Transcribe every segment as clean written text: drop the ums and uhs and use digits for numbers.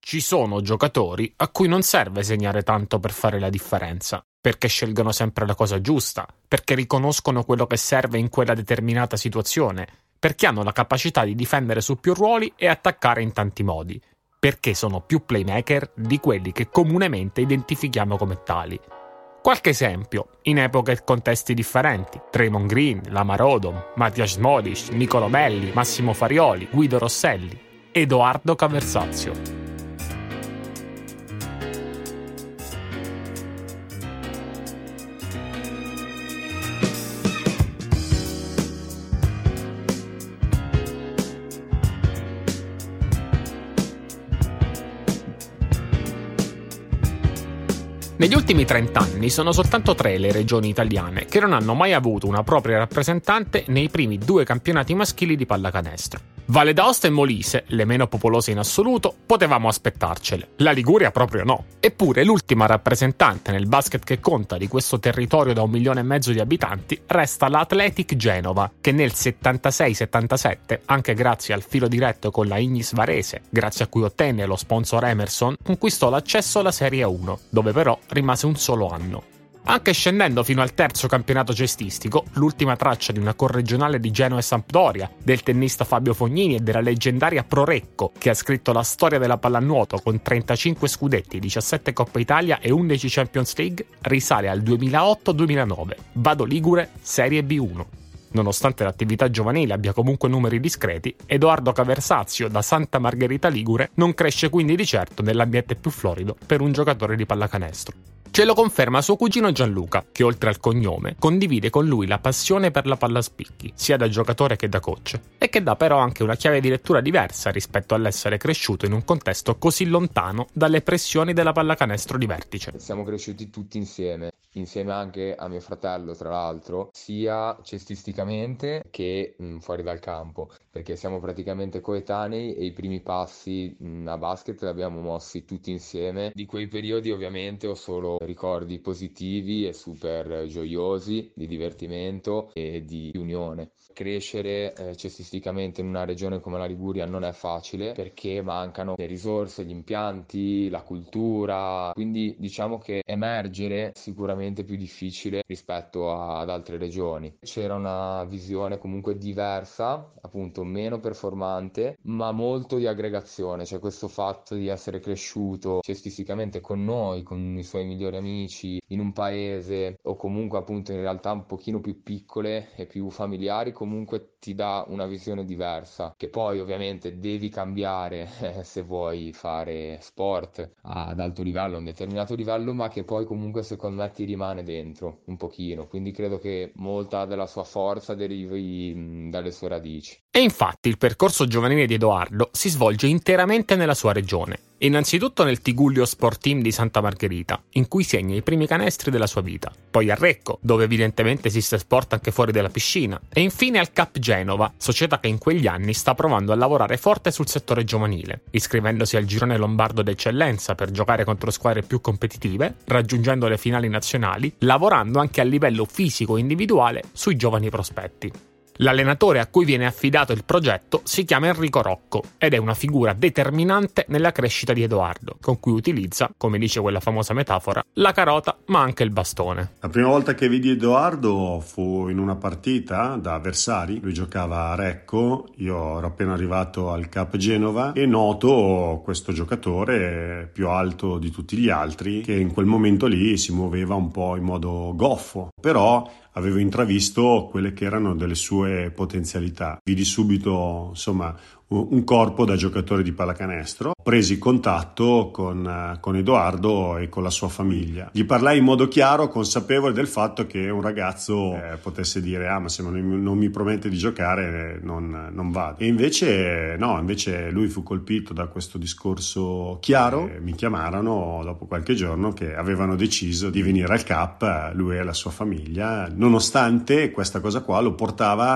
Ci sono giocatori a cui non serve segnare tanto per fare la differenza, perché scelgono sempre la cosa giusta, perché riconoscono quello che serve in quella determinata situazione, perché hanno la capacità di difendere su più ruoli e attaccare in tanti modi, perché sono più playmaker di quelli che comunemente identifichiamo come tali. Qualche esempio, in epoche e contesti differenti: Draymond Green, Lamar Odom, Mathias Smolic, Nicolo Belli, Massimo Farioli, Guido Rosselli, Edoardo Caversazio. Negli ultimi 30 anni sono soltanto 3 le regioni italiane che non hanno mai avuto una propria rappresentante nei primi 2 campionati maschili di pallacanestro. Valle d'Aosta e Molise, le meno popolose in assoluto, potevamo aspettarcele. La Liguria proprio no. Eppure l'ultima rappresentante nel basket che conta di questo territorio da 1,5 milioni di abitanti resta l'Athletic Genova, che nel 76-77, anche grazie al filo diretto con la Ignis Varese, grazie a cui ottenne lo sponsor Emerson, conquistò l'accesso alla Serie 1, dove però rimase un solo anno. Anche scendendo fino al 3° campionato cestistico, l'ultima traccia di una corregionale di Genoa e Sampdoria, del tennista Fabio Fognini e della leggendaria Prorecco, che ha scritto la storia della pallanuoto con 35 scudetti, 17 Coppa Italia e 11 Champions League, risale al 2008-2009, Vado Ligure Serie B1. Nonostante l'attività giovanile abbia comunque numeri discreti, Edoardo Caversazio da Santa Margherita Ligure non cresce quindi di certo nell'ambiente più florido per un giocatore di pallacanestro. Ce lo conferma suo cugino Gianluca, che oltre al cognome condivide con lui la passione per la pallaspicchi, sia da giocatore che da coach, e che dà però anche una chiave di lettura diversa rispetto all'essere cresciuto in un contesto così lontano dalle pressioni della pallacanestro di vertice. Siamo cresciuti tutti insieme anche a mio fratello, tra l'altro, sia cestisticamente che fuori dal campo, perché siamo praticamente coetanei e i primi passi a basket li abbiamo mossi tutti insieme. Di quei periodi ovviamente ho solo ricordi positivi e super gioiosi di divertimento e di unione. Crescere cestisticamente in una regione come la Liguria non è facile perché mancano le risorse, gli impianti, la cultura, quindi diciamo che emergere è sicuramente più difficile rispetto ad altre regioni. C'era una visione comunque diversa, appunto meno performante, ma molto di aggregazione, cioè questo fatto di essere cresciuto cestisticamente con noi, con i suoi migliori amici, in un paese o comunque appunto in realtà un pochino più piccole e più familiari, comunque ti dà una visione diversa, che poi ovviamente devi cambiare se vuoi fare sport ad alto livello, a un determinato livello, ma che poi comunque secondo me ti rimane dentro un pochino, quindi credo che molta della sua forza derivi dalle sue radici. E infatti il percorso giovanile di Edoardo si svolge interamente nella sua regione, innanzitutto nel Tigullio Sport Team di Santa Margherita, in cui segna i primi canestri della sua vita, poi a Recco, dove evidentemente esiste sport anche fuori dalla piscina, e infine al Cap Genova, società che in quegli anni sta provando a lavorare forte sul settore giovanile, iscrivendosi al girone lombardo d'eccellenza per giocare contro squadre più competitive, raggiungendo le finali nazionali, lavorando anche a livello fisico e individuale sui giovani prospetti. L'allenatore a cui viene affidato il progetto si chiama Enrico Rocco ed è una figura determinante nella crescita di Edoardo, con cui utilizza, come dice quella famosa metafora, la carota ma anche il bastone. La prima volta che vidi Edoardo fu in una partita da avversari, lui giocava a Recco, io ero appena arrivato al Cap Genova e noto questo giocatore più alto di tutti gli altri che in quel momento lì si muoveva un po' in modo goffo, però avevo intravisto quelle che erano delle sue potenzialità. Vidi subito, insomma, un corpo da giocatore di pallacanestro. Presi contatto con Edoardo e con la sua famiglia. Gli parlai in modo chiaro, consapevole del fatto che un ragazzo potesse dire ma se non mi promette di giocare non vado. E invece no, invece lui fu colpito da questo discorso chiaro. Mi chiamarono dopo qualche giorno che avevano deciso di venire al CAP, lui e la sua famiglia, nonostante questa cosa qua lo portava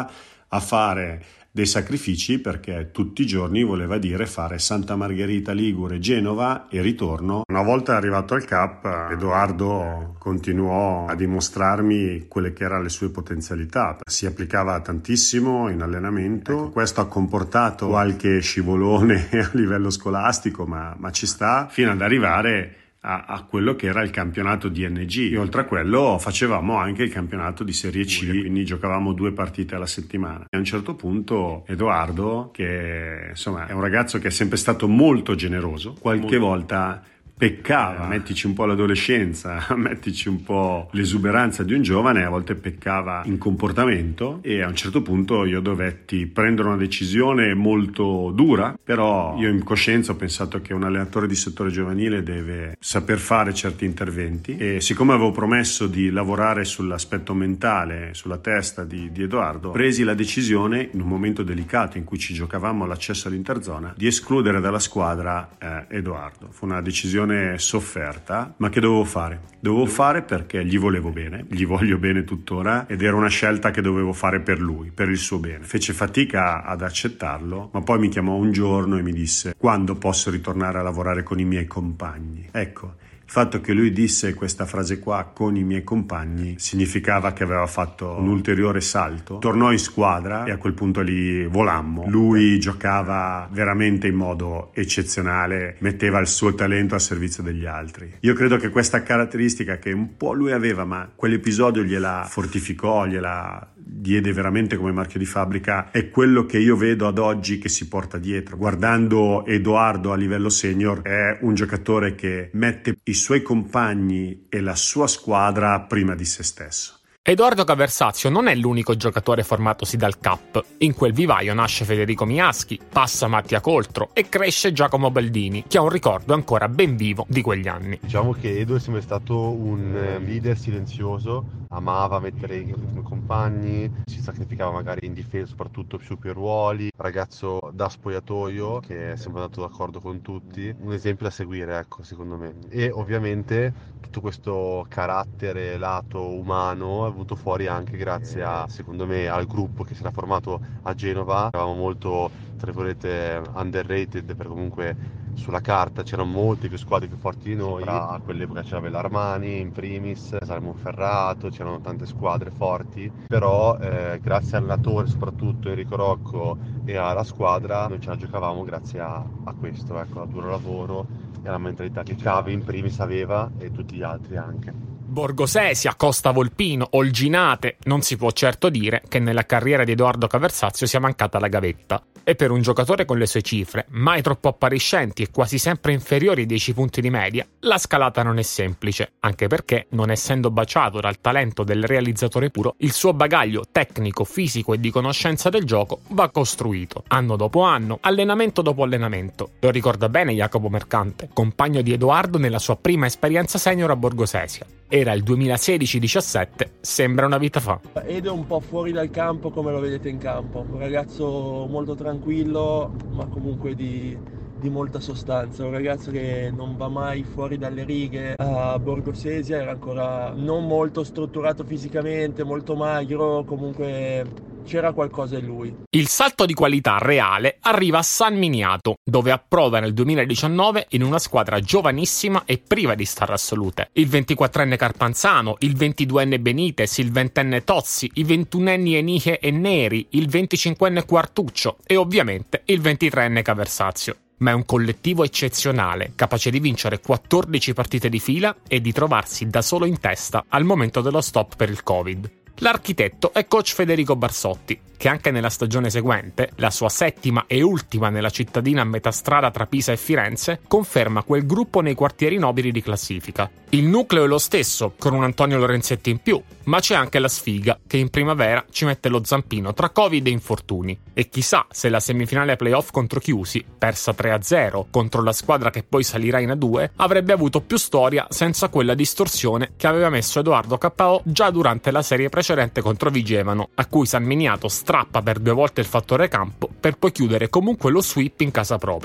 a fare dei sacrifici, perché tutti i giorni voleva dire fare Santa Margherita Ligure, Genova e ritorno. Una volta arrivato al CAP, Edoardo continuò a dimostrarmi quelle che erano le sue potenzialità. Si applicava tantissimo in allenamento. Ecco, questo ha comportato qualche scivolone a livello scolastico, ma ci sta, fino ad arrivare a quello che era il campionato DNG, e oltre a quello facevamo anche il campionato di Serie C, quindi giocavamo 2 partite alla settimana. E a un certo punto Edoardo, che insomma è un ragazzo che è sempre stato molto generoso, qualche volta peccava, mettici un po' l'adolescenza, mettici un po' l'esuberanza di un giovane, a volte peccava in comportamento, e a un certo punto io dovetti prendere una decisione molto dura, però io in coscienza ho pensato che un allenatore di settore giovanile deve saper fare certi interventi, e siccome avevo promesso di lavorare sull'aspetto mentale, sulla testa di Edoardo, presi la decisione, in un momento delicato in cui ci giocavamo all'accesso all'interzona, di escludere dalla squadra Edoardo. Fu una decisione sofferta, ma che dovevo fare. Dovevo fare perché gli volevo bene, gli voglio bene tuttora, ed era una scelta che dovevo fare per lui, per il suo bene. Fece fatica ad accettarlo, ma poi mi chiamò un giorno e mi disse: quando posso ritornare a lavorare con i miei compagni? Ecco, il fatto che lui disse questa frase qua, con i miei compagni, significava che aveva fatto un ulteriore salto. Tornò in squadra e a quel punto lì volammo. Lui giocava veramente in modo eccezionale, metteva il suo talento a servizio degli altri. Io credo che questa caratteristica che un po' lui aveva, ma quell'episodio gliela fortificò, gliela diede veramente come marchio di fabbrica, è quello che io vedo ad oggi che si porta dietro. Guardando Edoardo a livello senior, è un giocatore che mette i suoi compagni e la sua squadra prima di se stesso. Edoardo Caversazio non è l'unico giocatore formatosi dal CAP. In quel vivaio nasce Federico Miaschi, passa Mattia Coltro e cresce Giacomo Baldini, che ha un ricordo ancora ben vivo di quegli anni. Diciamo che Edo è sempre stato un leader silenzioso, amava mettere i compagni, si sacrificava magari in difesa, soprattutto su più ruoli, ragazzo da spogliatoio che è sempre andato d'accordo con tutti, un esempio da seguire, ecco, secondo me. E ovviamente tutto questo carattere lato umano è venuto fuori anche grazie a, secondo me, al gruppo che si era formato a Genova. Eravamo molto, tra virgolette, underrated, perché comunque sulla carta c'erano molte più squadre più forti di noi. A quell'epoca c'era l'Armani in primis, Salmo Ferrato, c'erano tante squadre forti, però grazie all'allenatore, soprattutto Enrico Rocco, e alla squadra, noi ce la giocavamo grazie a questo, ecco, al duro lavoro e alla mentalità che Cavi in primis aveva e tutti gli altri anche. Borgosesia, Costa Volpino, Olginate, non si può certo dire che nella carriera di Edoardo Caversazio sia mancata la gavetta. E per un giocatore con le sue cifre, mai troppo appariscenti e quasi sempre inferiori ai 10 punti di media, la scalata non è semplice, anche perché, non essendo baciato dal talento del realizzatore puro, il suo bagaglio tecnico, fisico e di conoscenza del gioco va costruito, anno dopo anno, allenamento dopo allenamento. Lo ricorda bene Jacopo Mercante, compagno di Edoardo nella sua prima esperienza senior a Borgosesia. Era il 2016-17, sembra una vita fa. Edo è un po' fuori dal campo come lo vedete in campo, un ragazzo molto tranquillo ma comunque di molta sostanza, un ragazzo che non va mai fuori dalle righe. A Borgosesia era ancora non molto strutturato fisicamente, molto magro, comunque c'era qualcosa in lui. Il salto di qualità reale arriva a San Miniato, dove approda nel 2019 in una squadra giovanissima e priva di star assolute. Il 24enne Carpanzano, il 22enne Benitez, il 20enne Tozzi, i 21enni Eniche e Neri, il 25enne Quartuccio e ovviamente il 23enne Caversazio. Ma è un collettivo eccezionale, capace di vincere 14 partite di fila e di trovarsi da solo in testa al momento dello stop per il Covid. L'architetto è coach Federico Barsotti, che anche nella stagione seguente, la sua settima e ultima nella cittadina a metà strada tra Pisa e Firenze, conferma quel gruppo nei quartieri nobili di classifica. Il nucleo è lo stesso, con un Antonio Lorenzetti in più, ma c'è anche la sfiga, che in primavera ci mette lo zampino tra Covid e infortuni. E chissà se la semifinale playoff contro Chiusi, persa 3-0 contro la squadra che poi salirà in A2, avrebbe avuto più storia senza quella distorsione che aveva messo Edoardo KO già durante la serie precedente contro Vigevano, a cui San Miniato strappa per 2 volte il fattore campo per poi chiudere comunque lo sweep in casa propria.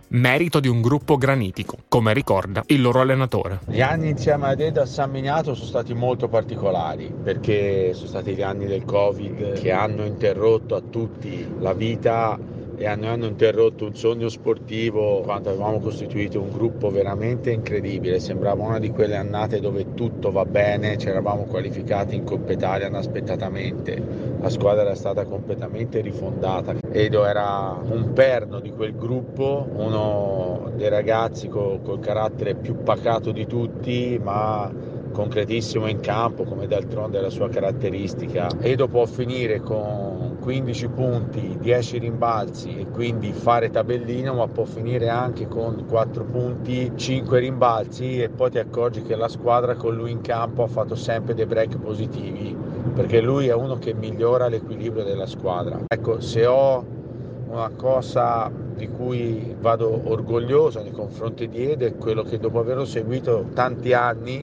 merito di un gruppo granitico, come ricorda il loro allenatore. Gli anni insieme a Edo a San Miniato sono stati molto particolari, perché sono stati gli anni del Covid che hanno interrotto a tutti la vita e hanno interrotto un sogno sportivo quando avevamo costituito un gruppo veramente incredibile. Sembrava una di quelle annate dove tutto va bene, ci eravamo qualificati in Coppa Italia inaspettatamente, la squadra era stata completamente rifondata. Edo era un perno di quel gruppo, uno dei ragazzi col carattere più pacato di tutti, ma concretissimo in campo, come d'altronde è la sua caratteristica. Edo può finire con 15 punti, 10 rimbalzi e quindi fare tabellino, ma può finire anche con 4 punti, 5 rimbalzi e poi ti accorgi che la squadra con lui in campo ha fatto sempre dei break positivi, perché lui è uno che migliora l'equilibrio della squadra. Ecco, se ho una cosa di cui vado orgoglioso nei confronti di Edo è quello che dopo averlo seguito tanti anni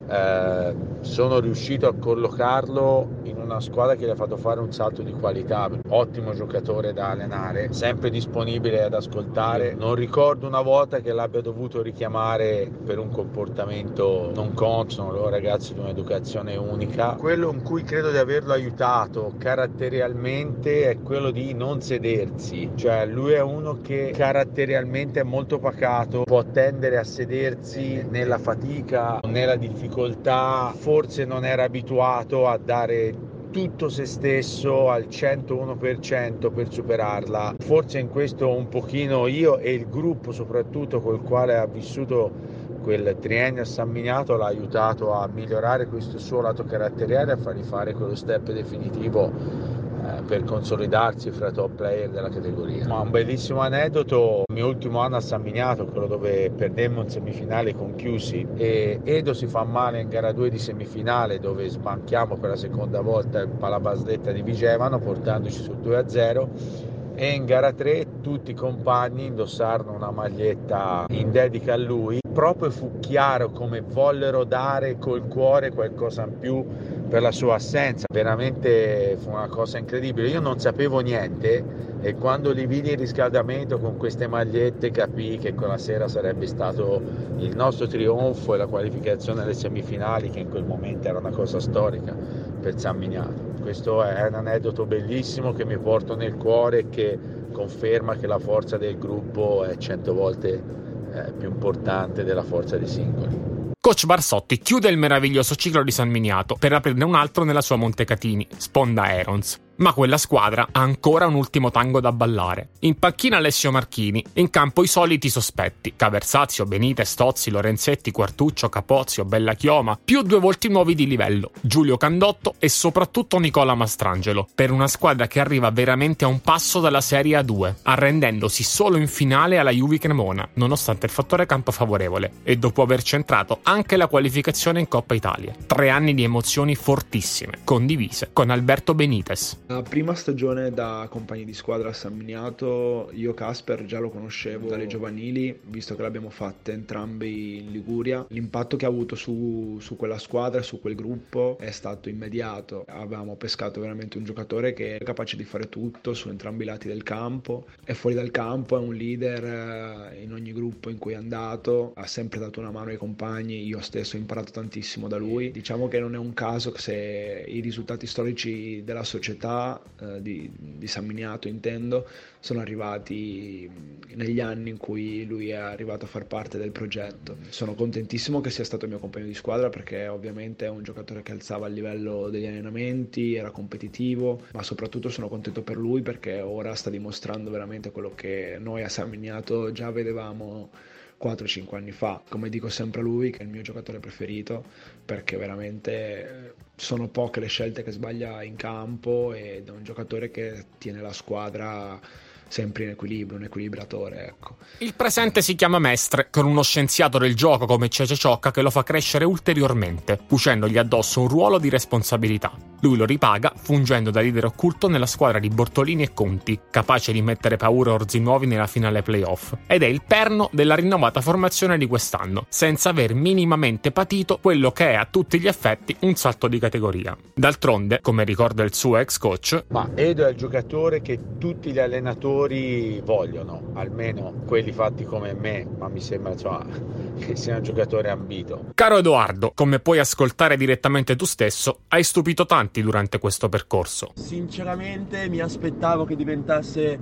sono riuscito a collocarlo in una squadra che gli ha fatto fare un salto di qualità. Ottimo giocatore da allenare, sempre disponibile ad ascoltare. Non ricordo una volta che l'abbia dovuto richiamare per un comportamento non consono, loro ragazzi di un'educazione unica. Quello in cui credo di averlo aiutato caratterialmente è quello di non sedersi, cioè lui è uno che caratterialmente è molto pacato, può tendere a sedersi nella fatica, nella difficoltà, forse non era abituato a dare tutto se stesso al 101% per superarla. Forse in questo un pochino io e il gruppo soprattutto col quale ha vissuto quel triennio a San Miniato l'ha aiutato a migliorare questo suo lato caratteriale, a fargli fare quello step definitivo per consolidarsi fra top player della categoria. Ma un bellissimo aneddoto, il mio ultimo anno a San Miniato, quello dove perdemmo in semifinale con Chiusi e Edo si fa male in gara 2 di semifinale dove sbanchiamo per la seconda volta il Palabasletta di Vigevano portandoci sul 2-0 e in gara 3 tutti i compagni indossarono una maglietta in dedica a lui. Proprio fu chiaro come vollero dare col cuore qualcosa in più per la sua assenza. Veramente fu una cosa incredibile. Io non sapevo niente e quando li vidi in riscaldamento con queste magliette capii che quella sera sarebbe stato il nostro trionfo e la qualificazione alle semifinali, che in quel momento era una cosa storica per San Miniato. Questo è un aneddoto bellissimo che mi porto nel cuore e che conferma che la forza del gruppo è 100 volte più importante della forza dei singoli. Coach Barsotti chiude il meraviglioso ciclo di San Miniato per aprirne un altro nella sua Montecatini, sponda Aarons. Ma quella squadra ha ancora un ultimo tango da ballare. In panchina Alessio Marchini, in campo i soliti sospetti: Caversazio, Benitez, Tozzi, Lorenzetti, Quartuccio, Capozio, Bella Chioma, più 2 volti nuovi di livello, Giulio Candotto e soprattutto Nicola Mastrangelo, per una squadra che arriva veramente a un passo dalla Serie A2, arrendendosi solo in finale alla Juve Cremona, nonostante il fattore campo favorevole, e dopo aver centrato anche la qualificazione in Coppa Italia. 3 anni di emozioni fortissime, condivise con Alberto Benitez. La prima stagione da compagni di squadra a San Miniato, io Casper già lo conoscevo dalle giovanili, visto che l'abbiamo fatte entrambi in Liguria. L'impatto che ha avuto su quella squadra, su quel gruppo, è stato immediato. Avevamo pescato veramente un giocatore che è capace di fare tutto su entrambi i lati del campo, è fuori dal campo, è un leader in ogni gruppo in cui è andato, ha sempre dato una mano ai compagni, io stesso ho imparato tantissimo da lui. Diciamo che non è un caso che se i risultati storici della società di San Miniato intendo sono arrivati negli anni in cui lui è arrivato a far parte del progetto. Sono contentissimo che sia stato mio compagno di squadra perché ovviamente è un giocatore che alzava il livello degli allenamenti, era competitivo, ma soprattutto sono contento per lui perché ora sta dimostrando veramente quello che noi a San Miniato già vedevamo 4-5 anni fa. Come dico sempre a lui, che è il mio giocatore preferito, perché veramente sono poche le scelte che sbaglia in campo ed è un giocatore che tiene la squadra sempre in equilibrio, un equilibratore, ecco. Il presente si chiama Mestre, con uno scienziato del gioco come Cece Ciocca che lo fa crescere ulteriormente, cucendogli addosso un ruolo di responsabilità. Lui lo ripaga fungendo da leader occulto nella squadra di Bortolini e Conti, capace di mettere paura a orzi nuovi nella finale playoff, ed è il perno della rinnovata formazione di quest'anno, senza aver minimamente patito quello che è a tutti gli effetti un salto di categoria. D'altronde, come ricorda il suo ex coach, ma Edo è il giocatore che tutti gli allenatori vogliono, almeno quelli fatti come me, ma mi sembra che sia un giocatore ambito. Caro Edoardo, come puoi ascoltare direttamente tu stesso, hai stupito tanti durante questo percorso. Sinceramente mi aspettavo che diventasse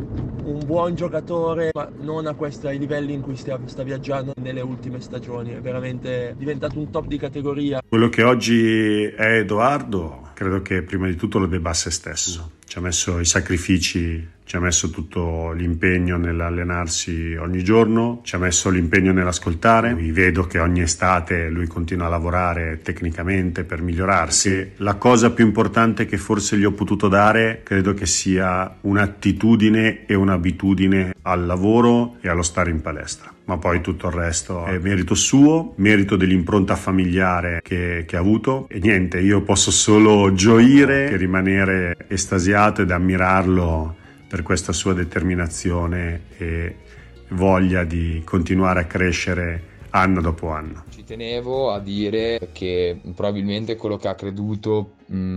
un buon giocatore, ma non ai livelli in cui sta viaggiando nelle ultime stagioni. È veramente diventato un top di categoria. Quello che oggi è Edoardo, credo che prima di tutto lo debba a se stesso. Ci ha messo i sacrifici, ci ha messo tutto l'impegno nell'allenarsi ogni giorno, ci ha messo l'impegno nell'ascoltare. Vedo che ogni estate lui continua a lavorare tecnicamente per migliorarsi. La cosa più importante che forse gli ho potuto dare credo che sia un'attitudine e un'abitudine al lavoro e allo stare in palestra. Ma poi tutto il resto è merito suo, merito dell'impronta familiare che ha avuto, e niente, io posso solo gioire e rimanere estasiato ed ammirarlo per questa sua determinazione e voglia di continuare a crescere anno dopo anno. Ci tenevo a dire che probabilmente quello che ha creduto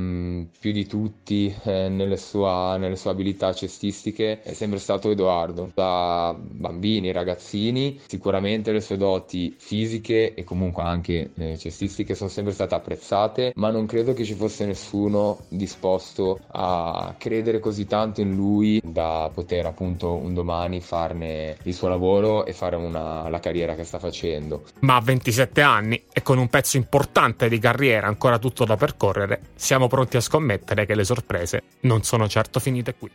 più di tutti nelle sue abilità cestistiche è sempre stato Edoardo. Da bambini, ragazzini, sicuramente le sue doti fisiche e comunque anche cestistiche sono sempre state apprezzate, ma non credo che ci fosse nessuno disposto a credere così tanto in lui da poter appunto un domani farne il suo lavoro e fare la carriera che sta facendo. Ma a 27 anni e con un pezzo importante di carriera ancora tutto da percorrere, siamo pronti a scommettere che le sorprese non sono certo finite qui.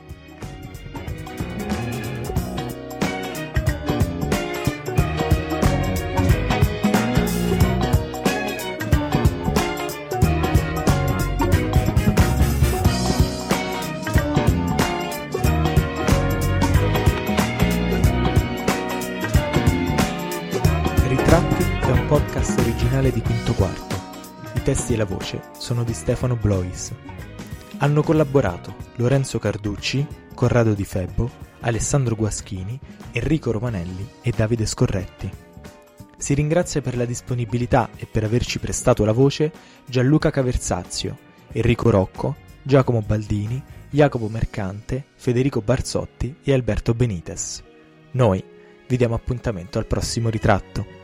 Ritratti è un podcast originale di Quinto Quarto. I testi e la voce sono di Stefano Blois. Hanno collaborato Lorenzo Carducci, Corrado Di Febbo, Alessandro Guaschini, Enrico Romanelli e Davide Scorretti. Si ringrazia per la disponibilità e per averci prestato la voce Gianluca Caversazio, Enrico Rocco, Giacomo Baldini, Jacopo Mercante, Federico Barzotti e Alberto Benitez. Noi vi diamo appuntamento al prossimo ritratto.